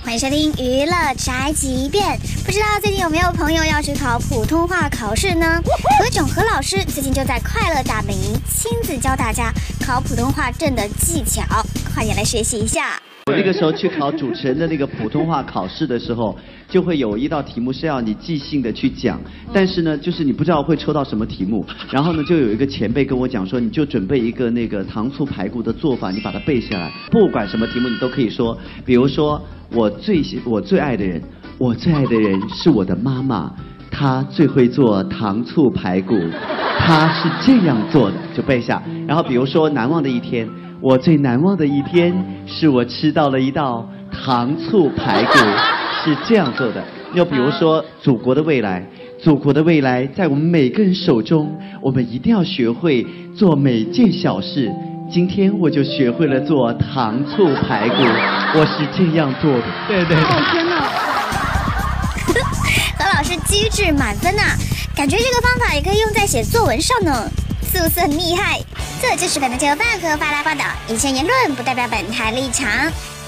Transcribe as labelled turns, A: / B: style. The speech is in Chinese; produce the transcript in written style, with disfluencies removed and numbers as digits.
A: 欢迎收听娱乐宅急便。不知道最近有没有朋友要去考普通话考试呢？何炅何老师最近就在快乐大本营亲自教大家考普通话证的技巧，快点来学习一下。
B: 我那个时候去考主持人的那个普通话考试的时候，就会有一道题目是要你即兴的去讲，但是呢，就是你不知道会抽到什么题目，然后呢，就有一个前辈跟我讲说，你就准备一个那个糖醋排骨的做法，你把它背下来，不管什么题目你都可以说，比如说我最爱的人是我的妈妈，她最会做糖醋排骨，她是这样做的，就背下。然后比如说难忘的一天。我最难忘的一天是我吃到了一道糖醋排骨，是这样做的。又比如说祖国的未来，祖国的未来在我们每个人手中，我们一定要学会做每件小事。今天我就学会了做糖醋排骨，我是这样做的。对对。
A: 哦天哪！何老师机智满分啊，感觉这个方法也可以用在写作文上呢，是不是很厉害？这就是本台节目饭和发来报道，以上言论不代表本台立场。